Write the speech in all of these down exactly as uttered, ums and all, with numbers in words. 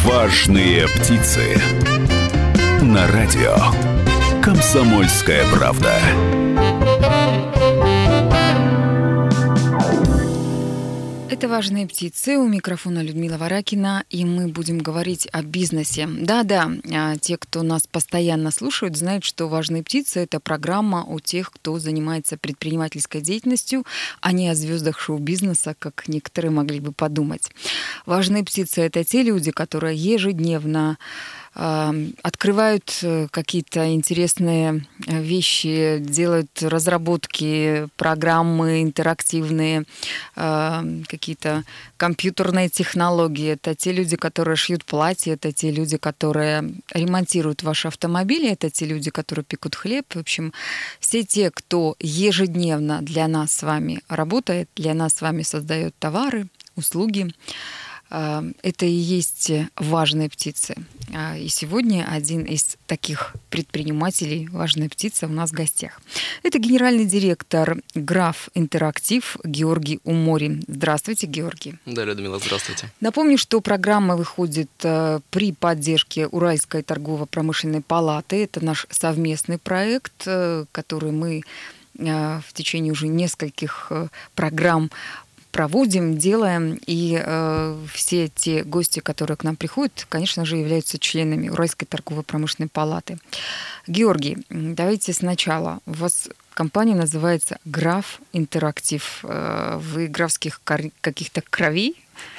Важные птицы. На радио «Комсомольская правда». Это «Важные птицы». У микрофона Людмила Варакина, и мы будем говорить о бизнесе. Да-да, те, кто нас постоянно слушают, знают, что «Важные птицы» — это программа у тех, кто занимается предпринимательской деятельностью, а не о звездах шоу-бизнеса, как некоторые могли бы подумать. «Важные птицы» — это те люди, которые ежедневно открывают какие-то интересные вещи, делают разработки, программы интерактивные, какие-то компьютерные технологии. Это те люди, которые шьют платья, это те люди, которые ремонтируют ваши автомобили, это те люди, которые пекут хлеб. В общем, все те, кто ежедневно для нас с вами работает, для нас с вами создает товары, услуги. Это и есть «Важные птицы». И сегодня один из таких предпринимателей «Важная птица» у нас в гостях. Это генеральный директор «Граф Интерактив» Георгий Уморин. Здравствуйте, Георгий. Да, Людмила, здравствуйте. Напомню, что программа выходит при поддержке Уральской торгово-промышленной палаты. Это наш совместный проект, который мы в течение уже нескольких программ проводим, делаем, и э, все те гости, которые к нам приходят, конечно же, являются членами Уральской торгово-промышленной палаты. Георгий, давайте сначала. У вас компания называется «Граф Интерактив». Вы графских кор... каких-то кровей?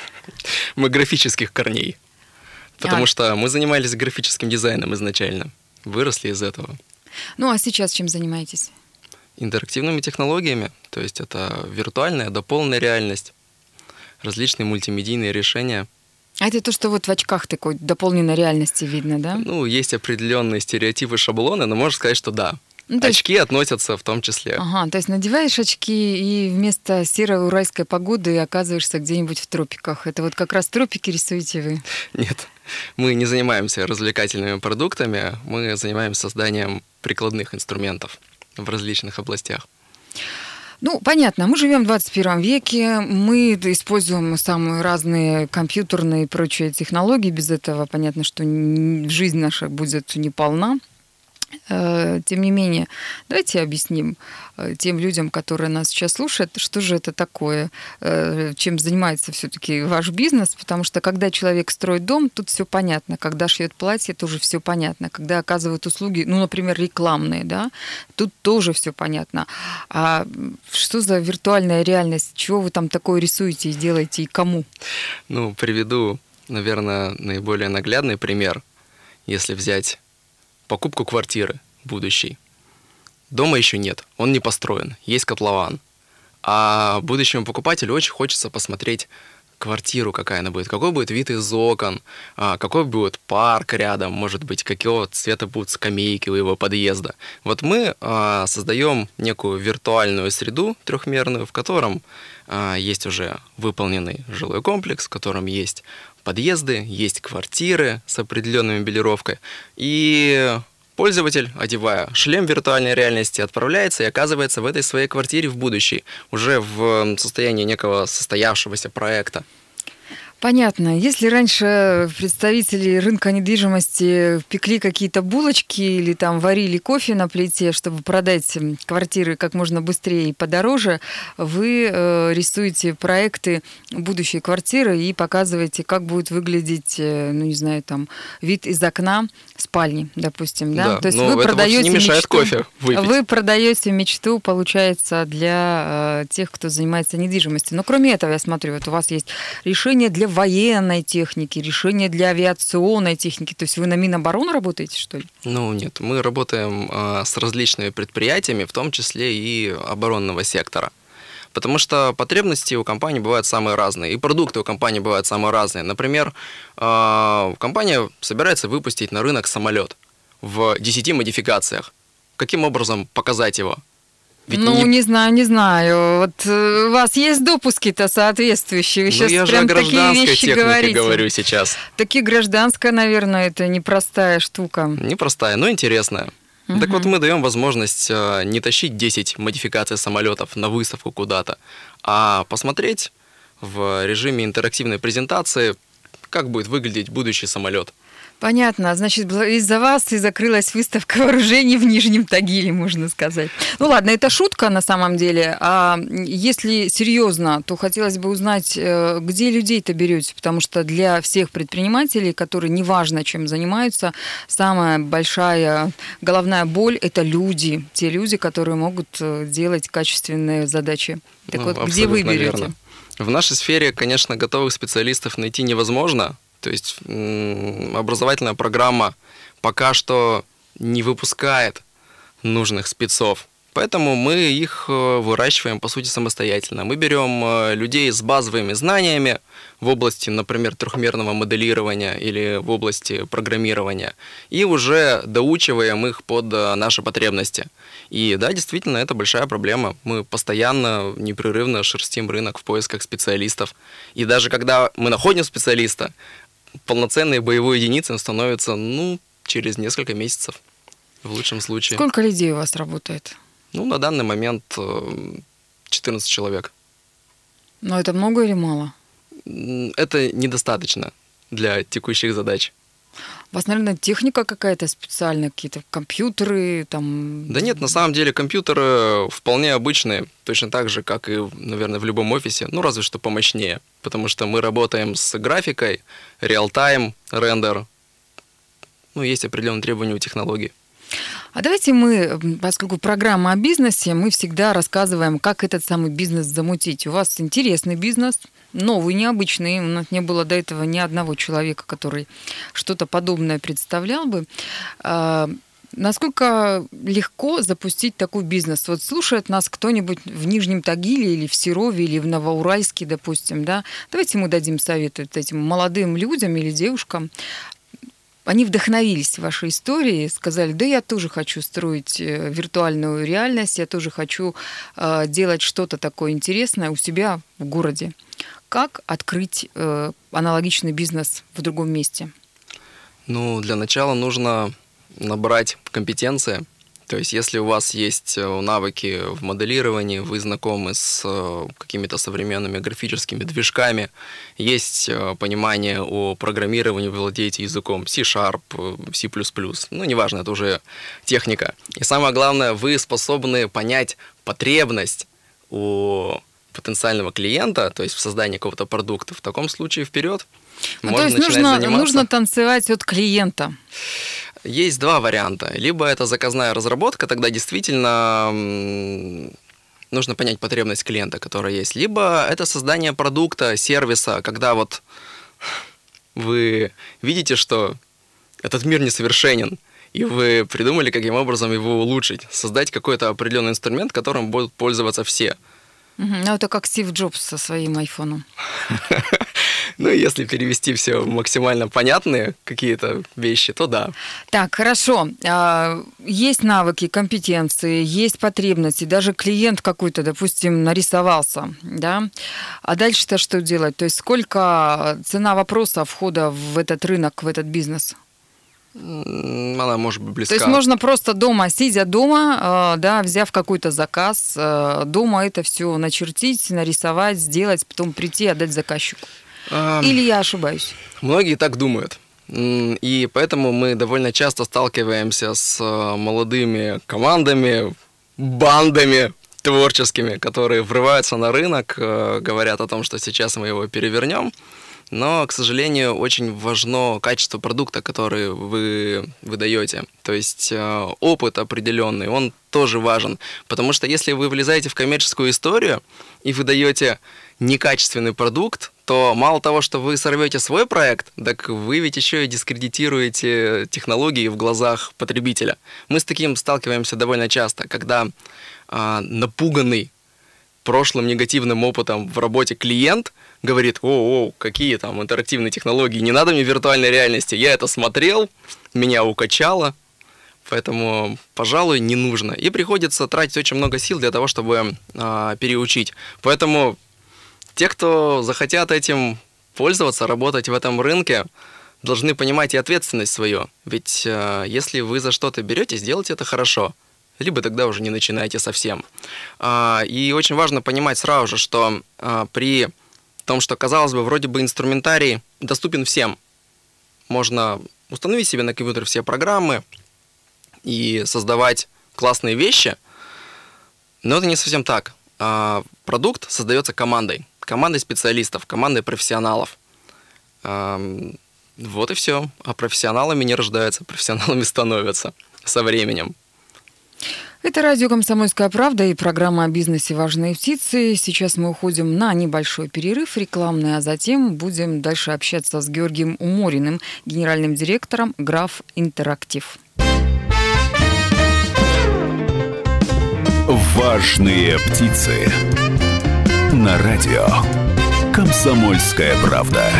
Мы графических корней, потому а. что мы занимались графическим дизайном изначально, выросли из этого. Ну, а сейчас чем занимаетесь? Интерактивными технологиями, то есть это виртуальная, дополненная реальность, различные мультимедийные решения. А это то, что вот в очках такой дополненной реальности видно, да? Ну, есть определенные стереотипы, шаблоны, но можно сказать, что да. Ну, очки есть... относятся в том числе. Ага, то есть надеваешь очки, и вместо серой уральской погоды оказываешься где-нибудь в тропиках. Это вот как раз тропики рисуете вы? Нет, мы не занимаемся развлекательными продуктами, мы занимаемся созданием прикладных инструментов в различных областях. Ну, понятно, мы живем в двадцать первом веке, мы используем самые разные компьютерные и прочие технологии. Без этого понятно, что жизнь наша будет неполна. Тем не менее, давайте объясним тем людям, которые нас сейчас слушают, что же это такое, чем занимается все-таки ваш бизнес, потому что когда человек строит дом, тут все понятно, когда шьет платье, тоже все понятно, когда оказывают услуги, ну, например, рекламные, да, тут тоже все понятно. А что за виртуальная реальность, чего вы там такое рисуете и делаете и кому? Ну, приведу, наверное, наиболее наглядный пример, если взять покупку квартиры будущей. Дома еще нет, он не построен, есть котлован. А будущему покупателю очень хочется посмотреть квартиру, какая она будет, какой будет вид из окон, какой будет парк рядом, может быть, какого цвета будут скамейки у его подъезда. Вот мы создаем некую виртуальную среду трехмерную, в котором есть уже выполненный жилой комплекс, в котором есть подъезды, есть квартиры с определенной мебелировкой, и пользователь, одевая шлем виртуальной реальности, отправляется и оказывается в этой своей квартире в будущей, уже в состоянии некого состоявшегося проекта. Понятно. Если раньше представители рынка недвижимости пекли какие-то булочки или там варили кофе на плите, чтобы продать квартиры как можно быстрее и подороже, вы э, рисуете проекты будущей квартиры и показываете, как будет выглядеть, ну не знаю, там вид из окна спальни, допустим, да? Да, то есть но вы это продаете не мешает мечту, кофе выпить. Вы продаете мечту, получается, для э, тех, кто занимается недвижимостью. Но кроме этого, я смотрю, вот у вас есть решение для военной техники, решение для авиационной техники. То есть вы на Минобороны работаете, что ли? Ну, нет. Мы работаем э, с различными предприятиями, в том числе и оборонного сектора. Потому что потребности у компании бывают самые разные, и продукты у компании бывают самые разные. Например, э, компания собирается выпустить на рынок самолет в десяти модификациях. Каким образом показать его? Ведь ну, не... не знаю, не знаю. Вот э, у вас есть допуски-то соответствующие? Вы ну, сейчас я прям же о такие вещи говорите. Говорю сейчас. Такие гражданская, наверное, это непростая штука. Непростая, но интересная. Uh-huh. Так вот, мы даем возможность э, не тащить десять модификаций самолетов на выставку куда-то, а посмотреть в режиме интерактивной презентации, как будет выглядеть будущий самолет. Понятно. Значит, из-за вас и закрылась выставка вооружений в Нижнем Тагиле, можно сказать. Ну ладно, это шутка на самом деле. А если серьезно, то хотелось бы узнать, где людей-то берете, потому что для всех предпринимателей, которые неважно чем занимаются, самая большая головная боль – это люди. Те люди, которые могут делать качественные задачи. Так Ну, вот, где вы абсолютно берете? верно. В нашей сфере, конечно, готовых специалистов найти невозможно. То есть м, образовательная программа пока что не выпускает нужных спецов. Поэтому мы их э, выращиваем, по сути, самостоятельно. Мы берем э, людей с базовыми знаниями в области, например, трехмерного моделирования или в области программирования, и уже доучиваем их под э, наши потребности. И да, действительно, это большая проблема. Мы постоянно, непрерывно шерстим рынок в поисках специалистов. И даже когда мы находим специалиста, полноценной боевой единицей становится, ну, через несколько месяцев, в лучшем случае. Сколько людей у вас работает? Ну, на данный момент четырнадцать человек. Но это много или мало? Это недостаточно для текущих задач. У вас, наверное, техника какая-то специальная, какие-то компьютеры там? Да нет, на самом деле компьютеры вполне обычные, точно так же, как и, наверное, в любом офисе, ну, разве что помощнее, потому что мы работаем с графикой, реал-тайм, рендер, ну, есть определенные требования у технологий. А давайте мы, поскольку программа о бизнесе, мы всегда рассказываем, как этот самый бизнес замутить. У вас интересный бизнес, новый, необычный. У нас не было до этого ни одного человека, который что-то подобное представлял бы. А, насколько легко запустить такой бизнес? Вот слушает нас кто-нибудь в Нижнем Тагиле или в Серове, или в Новоуральске, допустим, да? Давайте мы дадим совет вот этим молодым людям или девушкам. Они вдохновились вашей историей, сказали, да я тоже хочу строить виртуальную реальность, я тоже хочу э, делать что-то такое интересное у себя в городе. Как открыть э, аналогичный бизнес в другом месте? Ну, для начала нужно набрать компетенции. То есть, если у вас есть навыки в моделировании, вы знакомы с какими-то современными графическими движками, есть понимание о программировании, вы владеете языком C-Sharp, C++, ну, неважно, это уже техника. И самое главное, вы способны понять потребность у потенциального клиента, то есть в создании какого-то продукта. В таком случае вперед. Ну, то есть нужно, нужно танцевать от клиента. Есть два варианта. Либо это заказная разработка, тогда действительно нужно понять потребность клиента, которая есть. Либо это создание продукта, сервиса, когда вот вы видите, что этот мир несовершенен, и вы придумали, каким образом его улучшить. Создать какой-то определенный инструмент, которым будут пользоваться все. Ну, это как Стив Джобс со своим айфоном. Ну, если перевести все максимально понятные какие-то вещи, то да. Так, хорошо. Есть навыки, компетенции, есть потребности. Даже клиент какой-то, допустим, нарисовался, да? А дальше-то что делать? То есть сколько цена вопроса входа в этот рынок, в этот бизнес? Она может быть близка. То есть можно просто дома, сидя дома, да, взяв какой-то заказ, дома это все начертить, нарисовать, сделать, потом прийти и отдать заказчику. Или я ошибаюсь? Многие так думают. И поэтому мы довольно часто сталкиваемся с молодыми командами, бандами творческими, которые врываются на рынок, говорят о том, что сейчас мы его перевернем. Но, к сожалению, очень важно качество продукта, который вы выдаете. То есть опыт определенный, он тоже важен. Потому что если вы влезаете в коммерческую историю и выдаете некачественный продукт, то мало того, что вы сорвете свой проект, так вы ведь еще и дискредитируете технологии в глазах потребителя. Мы с таким сталкиваемся довольно часто, когда а, напуганный прошлым негативным опытом в работе клиент говорит: о, о, какие там интерактивные технологии, не надо мне виртуальной реальности, я это смотрел, меня укачало, поэтому, пожалуй, не нужно. И приходится тратить очень много сил для того, чтобы а, переучить. Поэтому те, кто захотят этим пользоваться, работать в этом рынке, должны понимать и ответственность свою. Ведь а, если вы за что-то беретесь, делайте это хорошо. Либо тогда уже не начинайте совсем. А, и очень важно понимать сразу же, что а, при том, что, казалось бы, вроде бы инструментарий доступен всем. Можно установить себе на компьютер все программы и создавать классные вещи, но это не совсем так. Продукт создается командой, командой специалистов, командой профессионалов. Вот и все. А профессионалами не рождаются, профессионалами становятся со временем. Это радио «Комсомольская правда» и программа о бизнесе «Важные птицы». Сейчас мы уходим на небольшой перерыв рекламный, а затем будем дальше общаться с Георгием Умориным, генеральным директором «Граф Интерактив». «Важные птицы» на радио «Комсомольская правда».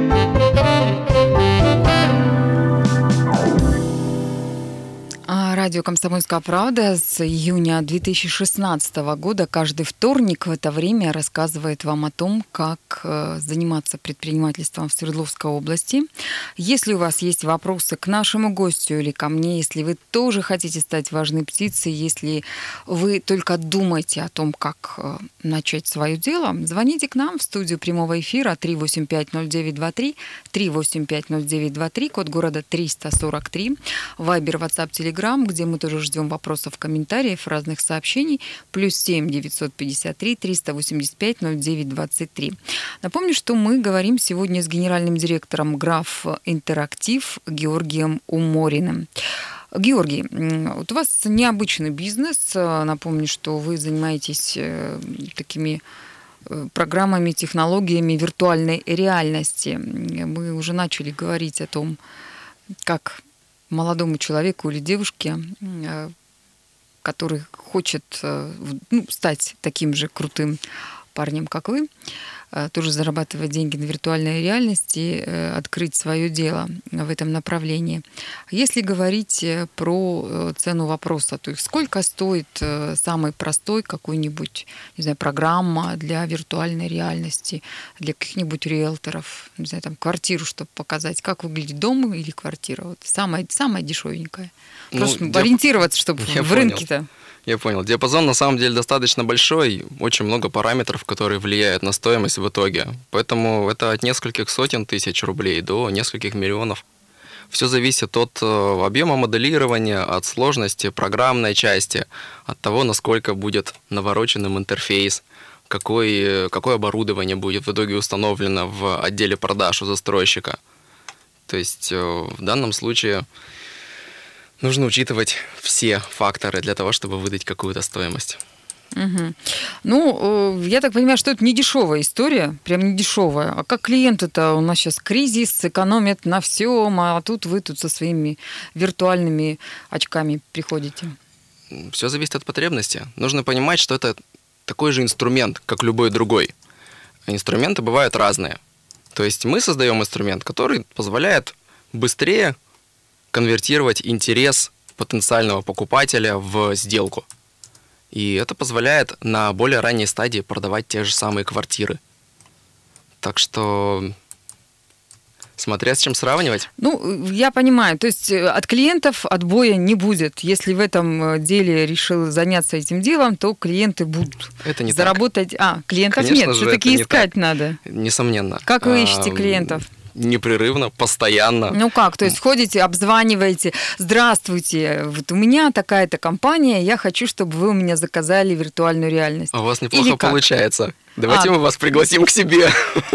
Радио «Комсомольская правда» с июня две тысячи шестнадцатого года каждый вторник в это время рассказывает вам о том, как заниматься предпринимательством в Свердловской области. Если у вас есть вопросы к нашему гостю или ко мне, если вы тоже хотите стать важной птицей, если вы только думаете о том, как начать свое дело, звоните к нам в студию прямого эфира три восемь пять ноль девять два три, три восемь пять ноль девять два три, код города триста сорок три, Вайбер, WhatsApp, Telegram, где мы тоже ждем вопросов, комментариев, разных сообщений, плюс семь девятьсот пятьдесят три триста восемьдесят пять ноль девять двадцать три. Напомню, что мы говорим сегодня с генеральным директором «Граф Интерактив» Георгием Умориным. Георгий, вот у вас необычный бизнес. Напомню, что вы занимаетесь такими программами, технологиями виртуальной реальности. Мы уже начали говорить о том, как молодому человеку или девушке, который хочет ну, стать таким же крутым парнем, как вы, тоже зарабатывать деньги на виртуальной реальности, открыть свое дело в этом направлении. Если говорить про цену вопроса, то есть сколько стоит самый простой какой-нибудь, не знаю, программа для виртуальной реальности, для каких-нибудь риэлторов, не знаю, там квартиру, чтобы показать, как выглядит дом или квартира, вот самая, самая дешевенькая. Просто ну, ориентироваться, чтобы в понял. рынке-то. Я понял. Диапазон на самом деле достаточно большой, очень много параметров, которые влияют на стоимость в итоге. Поэтому это от нескольких сотен тысяч рублей до нескольких миллионов. Все зависит от объема моделирования, от сложности программной части, от того, насколько будет навороченным интерфейс, какое, какое оборудование будет в итоге установлено в отделе продаж у застройщика. То есть в данном случае нужно учитывать все факторы для того, чтобы выдать какую-то стоимость. Угу. Ну, я так понимаю, что это не дешевая история, прям не дешевая. А как клиенты-то, у нас сейчас кризис, экономят на всем, а тут вы тут со своими виртуальными очками приходите. Все зависит от потребности. Нужно понимать, что это такой же инструмент, как любой другой. Инструменты бывают разные. То есть мы создаем инструмент, который позволяет быстрее конвертировать интерес потенциального покупателя в сделку. И это позволяет на более ранней стадии продавать те же самые квартиры. Так что, смотря с чем сравнивать. Ну, я понимаю. То есть от клиентов отбоя не будет. Если в этом деле решил заняться этим делом, то клиенты будут. Это не заработать. Так. А, клиентов Конечно нет. же, все-таки искать так. надо. Несомненно. Как вы ищете а, клиентов? Непрерывно, постоянно. Ну как, то есть ходите, обзваниваете, здравствуйте, вот у меня такая-то компания, я хочу, чтобы вы у меня заказали виртуальную реальность. А у вас неплохо получается. Давайте а. мы вас пригласим к себе.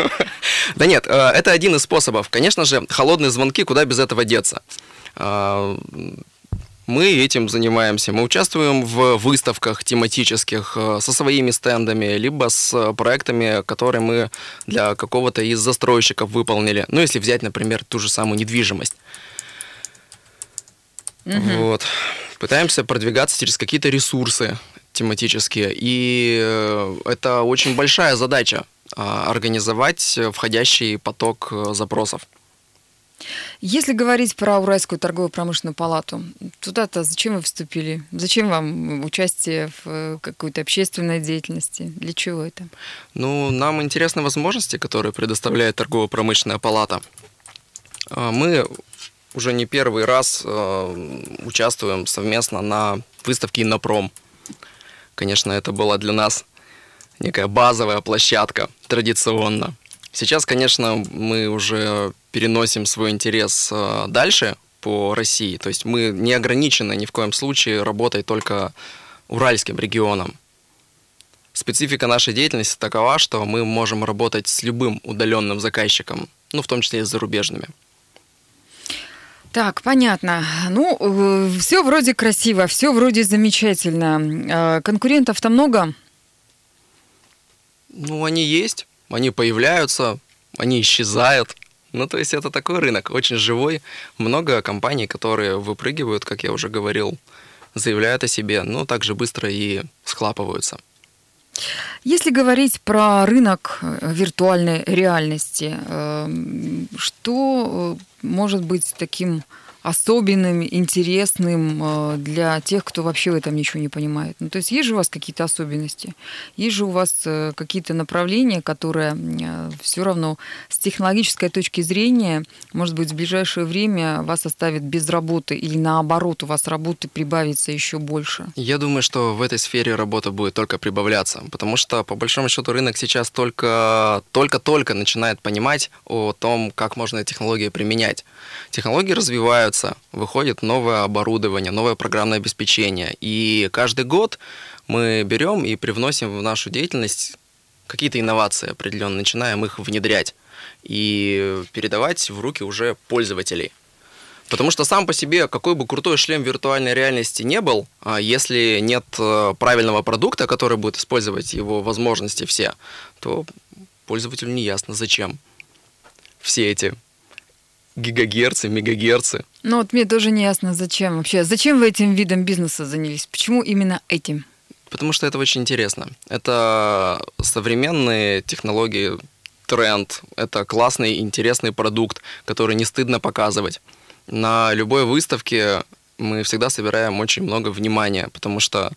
Да нет, это один из способов. Конечно же, холодные звонки, куда без этого деться. Мы этим занимаемся. Мы участвуем в выставках тематических со своими стендами, либо с проектами, которые мы для какого-то из застройщиков выполнили. Ну, если взять, например, ту же самую недвижимость. Угу. Вот. Пытаемся продвигаться через какие-то ресурсы тематические. И это очень большая задача – организовать входящий поток запросов. Если говорить про Уральскую торгово-промышленную палату, туда-то зачем вы вступили? Зачем вам участие в какой-то общественной деятельности? Для чего это? Ну, нам интересны возможности, которые предоставляет торгово-промышленная палата. Мы уже не первый раз участвуем совместно на выставке «Иннопром». Конечно, это была для нас некая базовая площадка традиционно. Сейчас, конечно, мы уже переносим свой интерес дальше по России. То есть мы не ограничены ни в коем случае работой только уральским регионом. Специфика нашей деятельности такова, что мы можем работать с любым удаленным заказчиком, ну, в том числе и с зарубежными. Так, понятно. Ну, все вроде красиво, все вроде замечательно. Конкурентов-то много? Ну, они есть, они появляются, они исчезают. Ну, то есть это такой рынок, очень живой. Много компаний, которые выпрыгивают, как я уже говорил, заявляют о себе, но также быстро и схлапываются. Если говорить про рынок виртуальной реальности, что может быть таким особенным, интересным для тех, кто вообще в этом ничего не понимает? Ну, то есть есть же у вас какие-то особенности, есть же у вас какие-то направления, которые все равно с технологической точки зрения, может быть, в ближайшее время вас оставят без работы или наоборот, у вас работы прибавится еще больше? Я думаю, что в этой сфере работа будет только прибавляться, потому что, по большому счету, рынок сейчас только, только-только начинает понимать о том, как можно технологии применять. Технологии развиваются, выходит новое оборудование, новое программное обеспечение. И каждый год мы берем и привносим в нашу деятельность какие-то инновации определенно, начинаем их внедрять и передавать в руки уже пользователей. Потому что сам по себе, какой бы крутой шлем виртуальной реальности не был, если нет правильного продукта, который будет использовать его возможности все, то пользователю не ясно, зачем все эти гигагерцы, мегагерцы. Ну вот мне тоже не ясно, зачем вообще. Зачем вы этим видом бизнеса занялись? Почему именно этим? Потому что это очень интересно. Это современные технологии, тренд. Это классный, интересный продукт, который не стыдно показывать. На любой выставке мы всегда собираем очень много внимания, потому что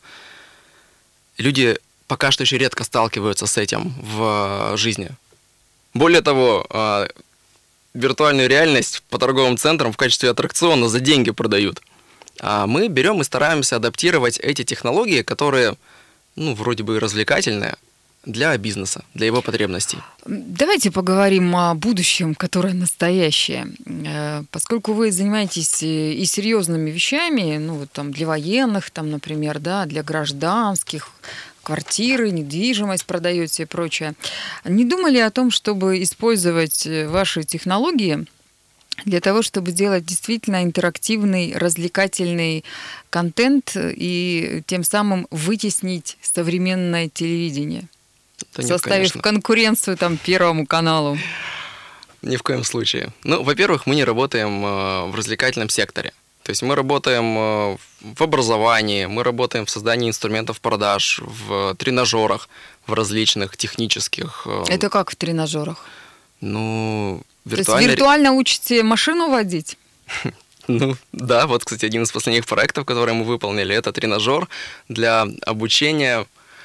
люди пока что еще редко сталкиваются с этим в жизни. Более того, виртуальную реальность по торговым центрам в качестве аттракциона за деньги продают. А мы берем и стараемся адаптировать эти технологии, которые, ну, вроде бы развлекательные, для бизнеса, для его потребностей. Давайте поговорим о будущем, которое настоящее. Поскольку вы занимаетесь и серьезными вещами, ну, вот там для военных, там, например, да, для гражданских, квартиры, недвижимость продаете и прочее. Не думали о том, чтобы использовать ваши технологии для того, чтобы делать действительно интерактивный, развлекательный контент и тем самым вытеснить современное телевидение, да нет, составив конечно. конкуренцию там Первому каналу? Ни в коем случае. Ну, во-первых, мы не работаем в развлекательном секторе. То есть мы работаем в образовании, мы работаем в создании инструментов продаж, в тренажерах, в различных технических... Это как в тренажерах? Ну, виртуально... То есть виртуально учите машину водить? Ну, да, вот, кстати, один из последних проектов, который мы выполнили, это тренажер для обучения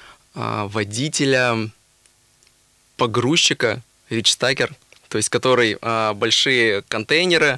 водителя, погрузчика, ричстакер, то есть который большие контейнеры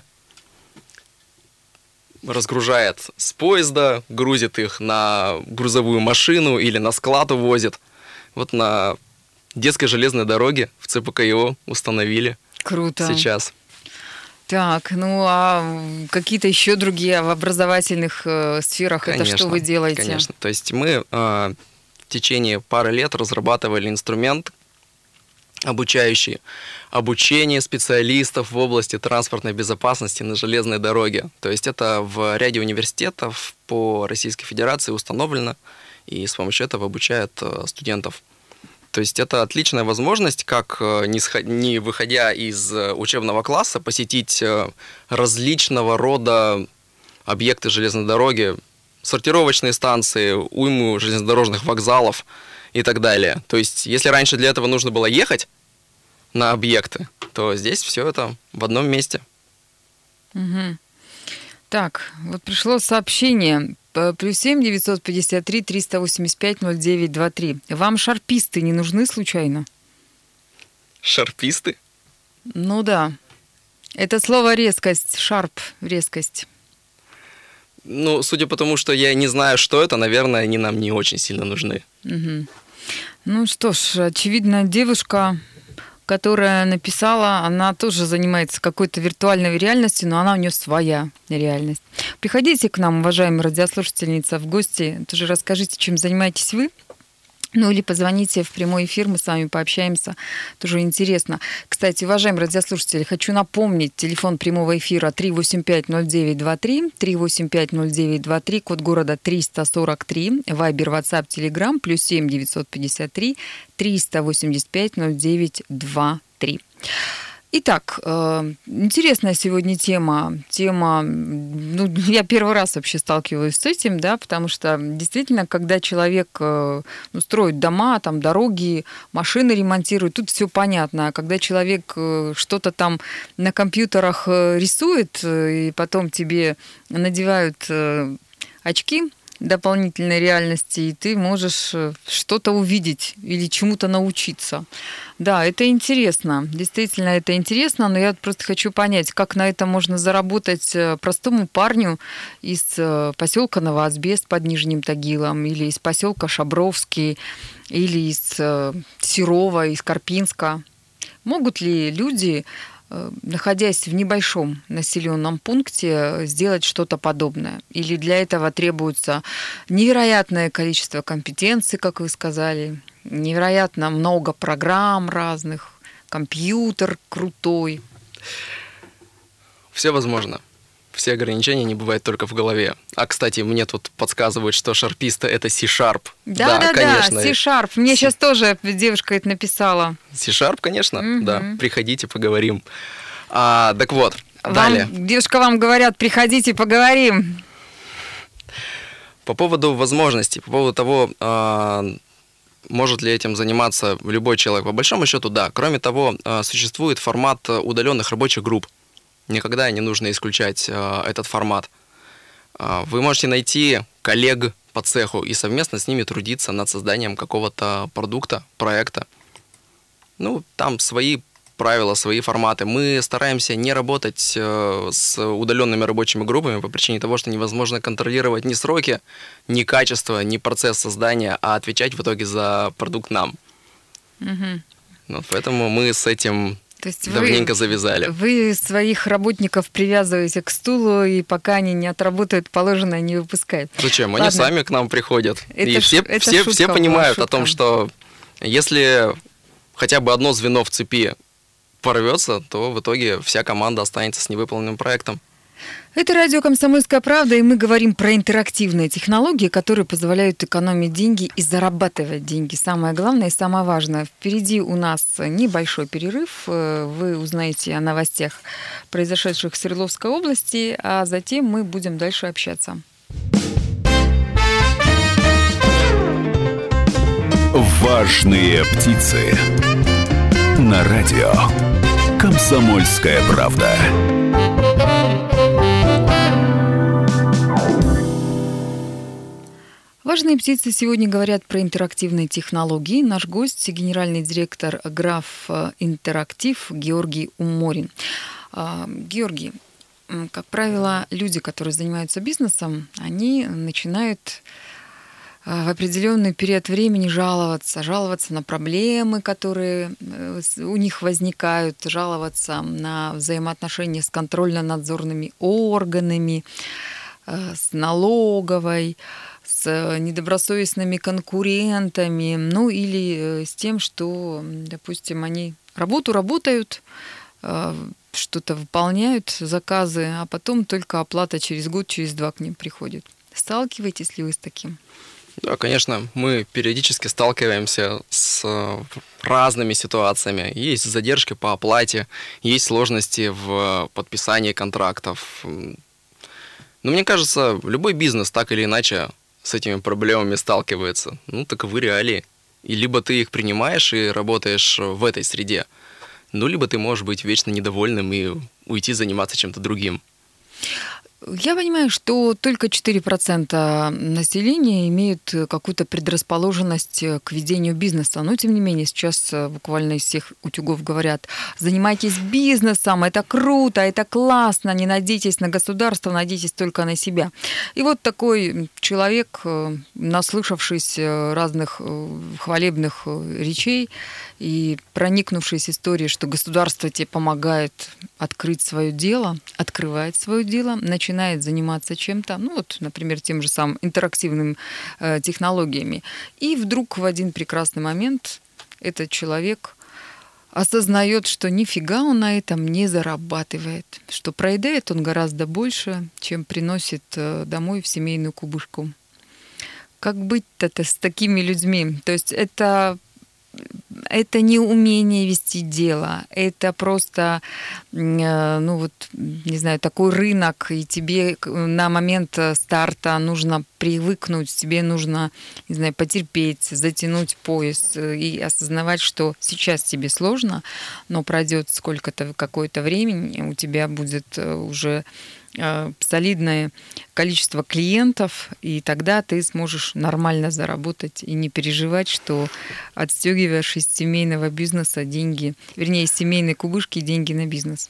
разгружает с поезда, грузит их на грузовую машину или на склад увозит. Вот на детской железной дороге в ЦПКИО установили. Круто. Сейчас. Так, ну а какие-то еще другие в образовательных э, сферах, конечно, это что вы делаете? Конечно. То есть мы э, в течение пары лет разрабатывали инструмент, обучающий обучение специалистов в области транспортной безопасности на железной дороге. То есть это в ряде университетов по Российской Федерации установлено, и с помощью этого обучают студентов. То есть это отличная возможность, как, не выходя из учебного класса, посетить различного рода объекты железной дороги, сортировочные станции, уйму железнодорожных вокзалов и так далее. То есть если раньше для этого нужно было ехать на объекты, то здесь все это в одном месте. Угу. Так, вот пришло сообщение. Плюс семь девятьсот пятьдесят три триста восемьдесят пять ноль девять двадцать три. Вам шарписты не нужны случайно? Шарписты? Ну да. Это слово резкость, шарп, резкость. Ну, судя по тому, что я не знаю, что это, наверное, они нам не очень сильно нужны. Угу. Ну что ж, очевидно, девушка которая написала, она тоже занимается какой-то виртуальной реальностью, но она у нее своя реальность. Приходите к нам, уважаемые радиослушательницы, в гости, тоже расскажите, чем занимаетесь вы. Ну или позвоните в прямой эфир, мы с вами пообщаемся, тоже интересно. Кстати, уважаемые радиослушатели, хочу напомнить, телефон прямого эфира три восемь пять ноль девять два три, три восемь пять ноль девять два три, код города триста сорок три, Вайбер, Ватсап, Телеграм, плюс семь девятьсот пятьдесят три триста восемьдесят пять ноль девять два три. Итак, интересная сегодня тема. Тема, ну, я первый раз вообще сталкиваюсь с этим, да, потому что действительно, когда человек ну, строит дома, там, дороги, машины ремонтирует, тут все понятно. А когда человек что-то там на компьютерах рисует, и потом тебе надевают очки дополнительной реальности, и ты можешь что-то увидеть или чему-то научиться. Да, это интересно. Действительно, это интересно, но я просто хочу понять, как на это можно заработать простому парню из поселка Новоазбест под Нижним Тагилом, или из поселка Шабровский, или из Серова, из Карпинска. Могут ли люди, находясь в небольшом населенном пункте, сделать что-то подобное? Или для этого требуется невероятное количество компетенций, как вы сказали, невероятно много программ разных, компьютер крутой? Все возможно. Все ограничения не бывают только в голове. А, кстати, мне тут подсказывают, что шарписты — это C-Sharp. Да, да, да, да, C-Sharp. Мне C... сейчас тоже девушка это написала. C-Sharp, конечно, mm-hmm. да. Приходите, поговорим. А, так вот, вам, далее. Девушка, вам говорят, приходите, поговорим. По поводу возможностей, по поводу того, а, может ли этим заниматься любой человек. По большому счету, да. Кроме того, а, существует формат удаленных рабочих групп. Никогда не нужно исключать э, этот формат. Э, вы можете найти коллег по цеху и совместно с ними трудиться над созданием какого-то продукта, проекта. Ну, там свои правила, свои форматы. Мы стараемся не работать э, с удаленными рабочими группами по причине того, что невозможно контролировать ни сроки, ни качество, ни процесс создания, а отвечать в итоге за продукт нам. Угу. Вот, поэтому мы с этим... То есть давненько вы, завязали. Вы своих работников привязываете к стулу, и пока они не отработают положенное, не выпускают. Зачем? Ладно. Они сами к нам приходят. Это и все, это все, шутка, все понимают шутка. о том, что если хотя бы одно звено в цепи порвется, то в итоге вся команда останется с невыполненным проектом. Это радио «Комсомольская правда», и мы говорим про интерактивные технологии, которые позволяют экономить деньги и зарабатывать деньги. Самое главное и самое важное. Впереди у нас небольшой перерыв. Вы узнаете о новостях, произошедших в Свердловской области, а затем мы будем дальше общаться. Важные птицы. На радио «Комсомольская правда». Важные птицы сегодня говорят про интерактивные технологии. Наш гость – генеральный директор Граф Интерактив Георгий Уморин. Георгий, как правило, люди, которые занимаются бизнесом, они начинают в определенный период времени жаловаться, жаловаться на проблемы, которые у них возникают, жаловаться на взаимоотношения с контрольно-надзорными органами, с налоговой, с недобросовестными конкурентами, ну или с тем, что, допустим, они работу работают, что-то выполняют, заказы, а потом только оплата через год, через два к ним приходит. Сталкиваетесь ли вы с таким? Да, конечно, мы периодически сталкиваемся с разными ситуациями. Есть задержки по оплате, есть сложности в подписании контрактов. Но мне кажется, любой бизнес так или иначе с этими проблемами сталкивается. Ну, таковы реалии. И либо ты их принимаешь и работаешь в этой среде, ну, либо ты можешь быть вечно недовольным и уйти заниматься чем-то другим. Я понимаю, что только четыре процента населения имеют какую-то предрасположенность к ведению бизнеса. Но, тем не менее, сейчас буквально из всех утюгов говорят: занимайтесь бизнесом, это круто, это классно, не надейтесь на государство, надейтесь только на себя. И вот такой человек, наслышавшись разных хвалебных речей и проникнувшись историей, что государство тебе помогает открыть свое дело, открывает свое дело, начинает заниматься чем-то, ну вот, например, тем же самым интерактивными э, технологиями. И вдруг в один прекрасный момент этот человек осознает, что нифига он на этом не зарабатывает, что проедает он гораздо больше, чем приносит домой в семейную кубышку. Как быть-то с такими людьми? То есть это, это не умение вести дело, это просто, ну вот, не знаю, такой рынок, и тебе на момент старта нужно привыкнуть, тебе нужно, не знаю, потерпеть, затянуть пояс и осознавать, что сейчас тебе сложно, но пройдет сколько-то, какое-то времени, у тебя будет уже солидное количество клиентов, и тогда ты сможешь нормально заработать и не переживать, что отстегиваешь из семейного бизнеса деньги, вернее, из семейной кубышки деньги на бизнес.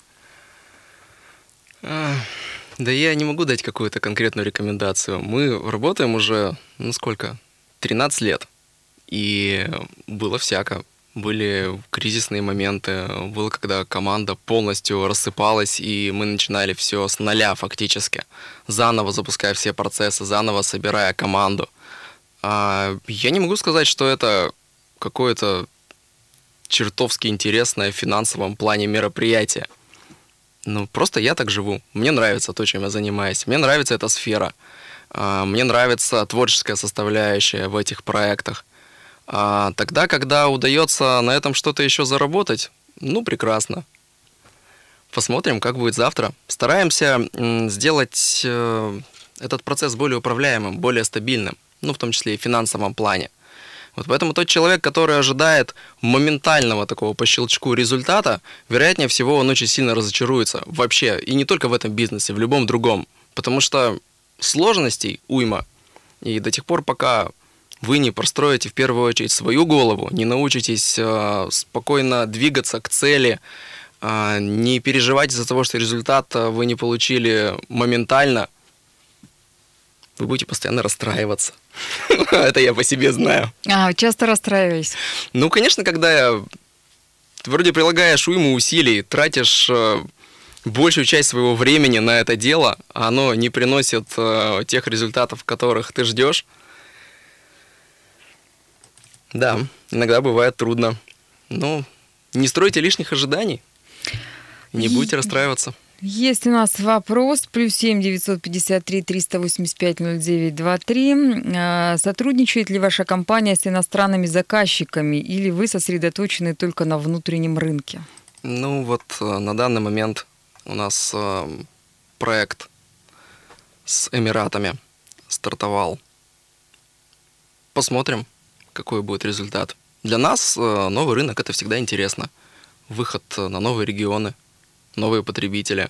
Да я не могу дать какую-то конкретную рекомендацию. Мы работаем уже, ну сколько, тринадцать лет. И было всяко. Были кризисные моменты. Было, когда команда полностью рассыпалась, и мы начинали все с нуля фактически. Заново запуская все процессы, заново собирая команду. Я не могу сказать, что это какое-то чертовски интересное в финансовом плане мероприятие. Ну, просто я так живу. Мне нравится то, чем я занимаюсь. Мне нравится эта сфера. Мне нравится творческая составляющая в этих проектах. Тогда, когда удается на этом что-то еще заработать, ну, прекрасно. Посмотрим, как будет завтра. Стараемся сделать этот процесс более управляемым, более стабильным. Ну, в том числе и в финансовом плане. Вот поэтому тот человек, который ожидает моментального такого по щелчку результата, вероятнее всего, он очень сильно разочаруется вообще. И не только в этом бизнесе, в любом другом. Потому что сложностей уйма. И до тех пор, пока вы не простроите в первую очередь свою голову, не научитесь э, спокойно двигаться к цели, э, не переживать из-за того, что результат вы не получили моментально, вы будете постоянно расстраиваться. Это я по себе знаю. А, часто расстраиваюсь. Ну, конечно, когда ты вроде прилагаешь уйму усилий, тратишь э, большую часть своего времени на это дело, а оно не приносит э, тех результатов, которых ты ждешь. Да, иногда бывает трудно. Но не стройте лишних ожиданий, не будете расстраиваться. Есть у нас вопрос. Плюс семь девятьсот пятьдесят три триста восемьдесят пять ноль девять двадцать три. Сотрудничает ли ваша компания с иностранными заказчиками или вы сосредоточены только на внутреннем рынке? Ну вот на данный момент у нас проект с Эмиратами стартовал. Посмотрим, какой будет результат. Для нас новый рынок – это всегда интересно. Выход на новые регионы, новые потребители.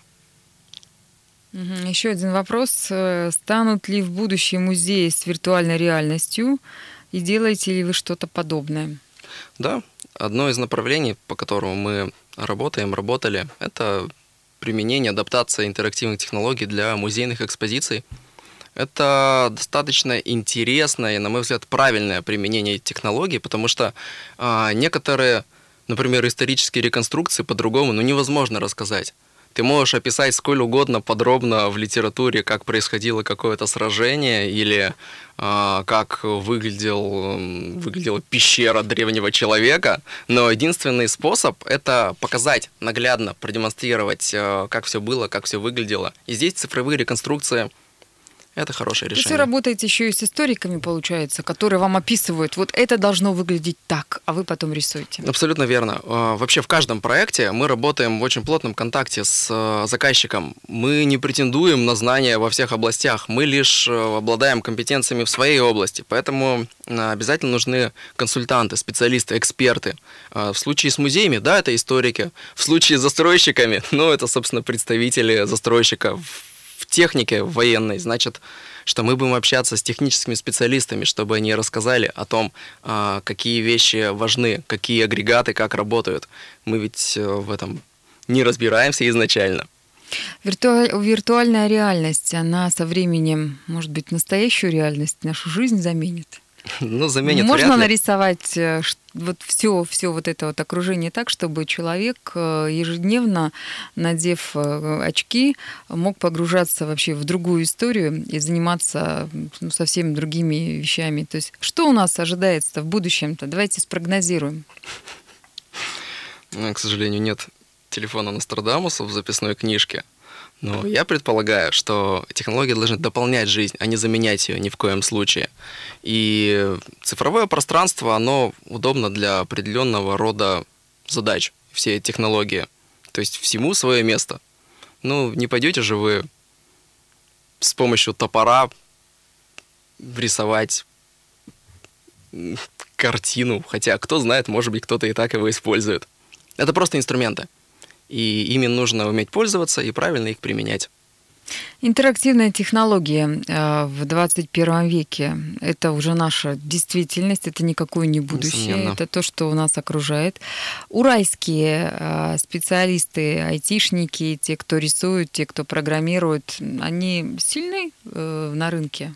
Еще один вопрос. Станут ли в будущем музеи с виртуальной реальностью и делаете ли вы что-то подобное? Да, одно из направлений, по которому мы работаем, работали, это применение, адаптация интерактивных технологий для музейных экспозиций. Это достаточно интересное и, на мой взгляд, правильное применение технологий, потому что а, некоторые, например, исторические реконструкции по-другому ну, невозможно рассказать. Ты можешь описать сколь угодно подробно в литературе, как происходило какое-то сражение или э, как выглядел, выглядела пещера древнего человека, но единственный способ – это показать наглядно, продемонстрировать, э, как все было, как все выглядело. И здесь цифровые реконструкции – это хорошее решение. То есть вы работаете еще и с историками, получается, которые вам описывают, вот это должно выглядеть так, а вы потом рисуете. Абсолютно верно. Вообще в каждом проекте мы работаем в очень плотном контакте с заказчиком. Мы не претендуем на знания во всех областях, мы лишь обладаем компетенциями в своей области, поэтому обязательно нужны консультанты, специалисты, эксперты. В случае с музеями, да, это историки. В случае с застройщиками, ну, это, собственно, представители застройщика. В технике военной, значит, что мы будем общаться с техническими специалистами, чтобы они рассказали о том, какие вещи важны, какие агрегаты, как работают. Мы ведь в этом не разбираемся изначально. Вирту... Виртуальная реальность, она со временем, может быть, настоящую реальность, нашу жизнь заменит? Ну, заменит Можно вряд ли. нарисовать вот все, все вот это вот окружение так, чтобы человек ежедневно, надев очки, мог погружаться вообще в другую историю и заниматься ну, совсем другими вещами. То есть что у нас ожидается в будущем-то? Давайте спрогнозируем. Ну, к сожалению, нет телефона Нострадамуса в записной книжке. Но я предполагаю, что технологии должны дополнять жизнь, а не заменять ее ни в коем случае. И цифровое пространство, оно удобно для определенного рода задач, все технологии. То есть всему свое место. Ну, не пойдете же вы с помощью топора рисовать картину, хотя, кто знает, может быть, кто-то и так его использует. Это просто инструменты. И ими нужно уметь пользоваться и правильно их применять. Интерактивная технология в двадцать первом веке – это уже наша действительность, это никакое не будущее, Несомненно. Это то, что нас окружает. Уральские специалисты, айтишники, те, кто рисуют, те, кто программирует, они сильны на рынке?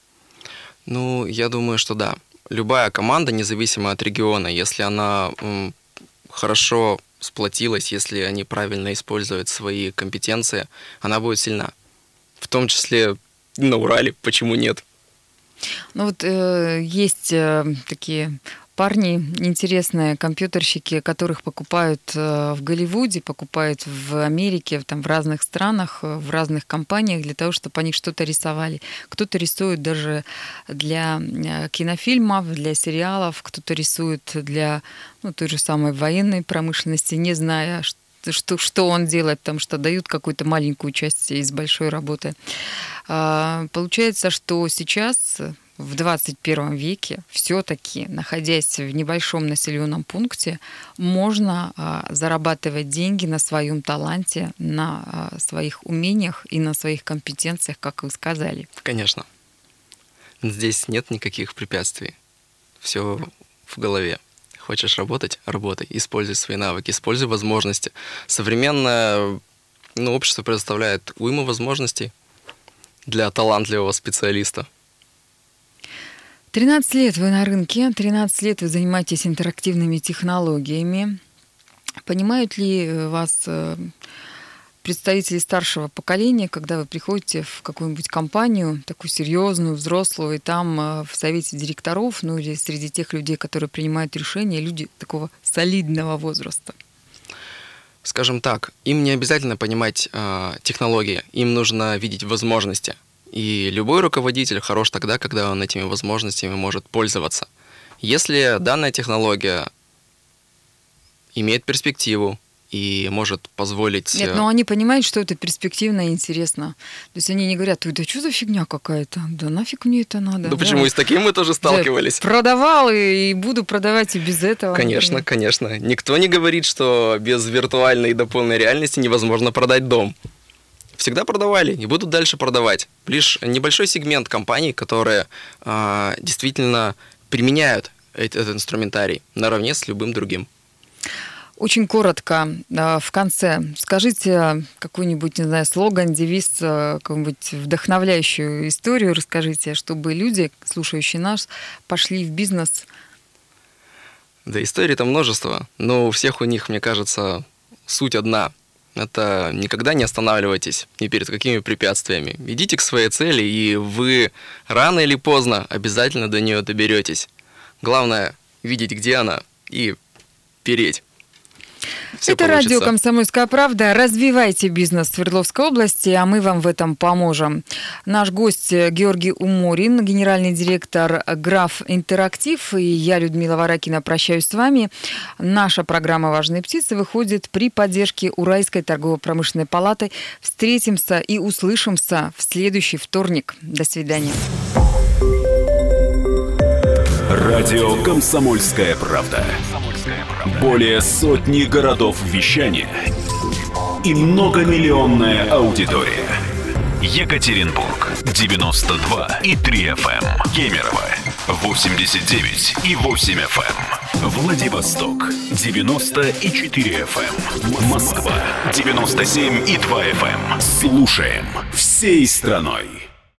Ну, я думаю, что да. Любая команда, независимо от региона, если она м, хорошо сплотилась, если они правильно используют свои компетенции, она будет сильна. В том числе на Урале, почему нет? Ну вот э, есть э, такие парни интересные, компьютерщики, которых покупают э, в Голливуде, покупают в Америке, там, в разных странах, в разных компаниях для того, чтобы они что-то рисовали. Кто-то рисует даже для кинофильмов, для сериалов, кто-то рисует для ну, той же самой военной промышленности, не зная, что Что, что он делает, потому что дают какую-то маленькую часть из большой работы. Получается, что сейчас, в двадцать первом веке, все-таки, находясь в небольшом населенном пункте, можно зарабатывать деньги на своем таланте, на своих умениях и на своих компетенциях, как вы сказали. Конечно. Здесь нет никаких препятствий. Все в голове. Хочешь работать – работай. Используй свои навыки, используй возможности. Современное ну, общество предоставляет уйму возможностей для талантливого специалиста. тринадцать лет вы на рынке, тринадцать лет вы занимаетесь интерактивными технологиями. Понимают ли вас представители старшего поколения, когда вы приходите в какую-нибудь компанию, такую серьезную, взрослую, и там в совете директоров, ну или среди тех людей, которые принимают решения, люди такого солидного возраста? Скажем так, им не обязательно понимать э, технологии, им нужно видеть возможности. И любой руководитель хорош тогда, когда он этими возможностями может пользоваться. Если данная технология имеет перспективу, и может позволить... Нет, но они понимают, что это перспективно и интересно. То есть они не говорят, ой, да что за фигня какая-то? Да нафиг мне это надо? Ну почему? Да. И с таким мы тоже сталкивались. Да, продавал и буду продавать и без этого. Конечно, например. Конечно. Никто не говорит, что без виртуальной и дополненной реальности невозможно продать дом. Всегда продавали и будут дальше продавать. Лишь небольшой сегмент компаний, которые э, действительно применяют этот инструментарий наравне с любым другим. Очень коротко, в конце, скажите какой-нибудь, не знаю, слоган, девиз, какую-нибудь вдохновляющую историю расскажите, чтобы люди, слушающие нас, пошли в бизнес. Да, историй-то множество, но у всех у них, мне кажется, суть одна. Это никогда не останавливайтесь ни перед какими препятствиями. Идите к своей цели, и вы рано или поздно обязательно до нее доберетесь. Главное — видеть, где она, и переть. Все Это получится. радио «Комсомольская правда». Развивайте бизнес в Свердловской области, а мы вам в этом поможем. Наш гость Георгий Уморин, генеральный директор «Граф Интерактив», и я, Людмила Варакина, прощаюсь с вами. Наша программа «Важные птицы» выходит при поддержке Уральской торгово-промышленной палаты. Встретимся и услышимся в следующий вторник. До свидания. Радио «Комсомольская правда». Более сотни городов вещания и многомиллионная аудитория. Екатеринбург девяносто два и три эф эм, Кемерово восемьдесят девять и восемь эф эм, Владивосток девяносто и четыре эф эм, Москва девяносто семь и два эф эм. Слушаем всей страной.